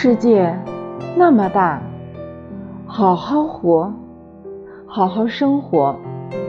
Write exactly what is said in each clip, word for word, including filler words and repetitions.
世界那么大，好好活，好好生活。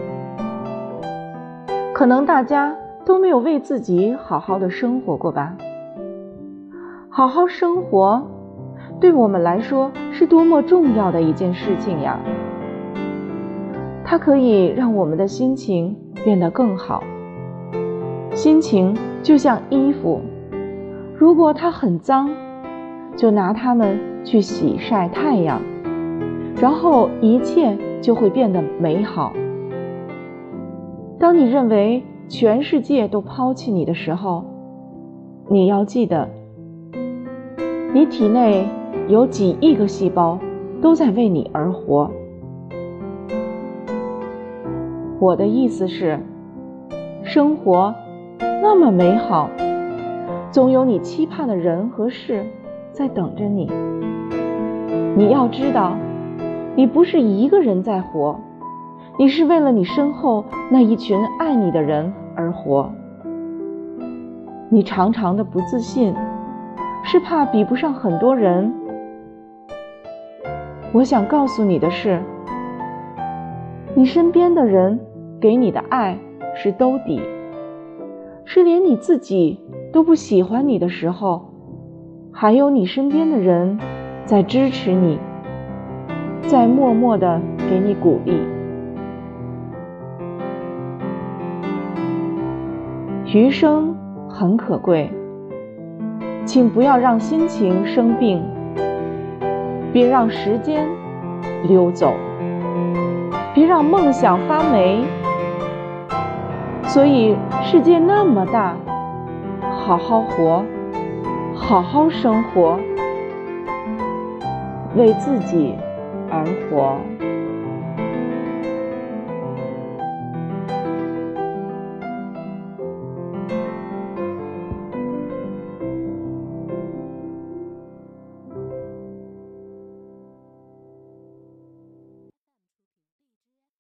可能大家都没有为自己好好的生活过吧？好好生活，对我们来说是多么重要的一件事情呀！它可以让我们的心情变得更好。心情就像衣服，如果它很脏，就拿它们去洗晒太阳，然后一切就会变得美好。当你认为全世界都抛弃你的时候，你要记得，你体内有几亿个细胞都在为你而活。我的意思是，生活那么美好，总有你期盼的人和事在等着你。你要知道，你不是一个人在活，你是为了你身后那一群爱你的人而活。你常常的不自信，是怕比不上很多人。我想告诉你的是，你身边的人给你的爱是兜底，是连你自己都不喜欢你的时候，还有你身边的人在支持你，在默默地给你鼓励。余生很可贵，请不要让心情生病，别让时间溜走，别让梦想发霉。所以世界那么大，好好活，好好生活，为自己而活。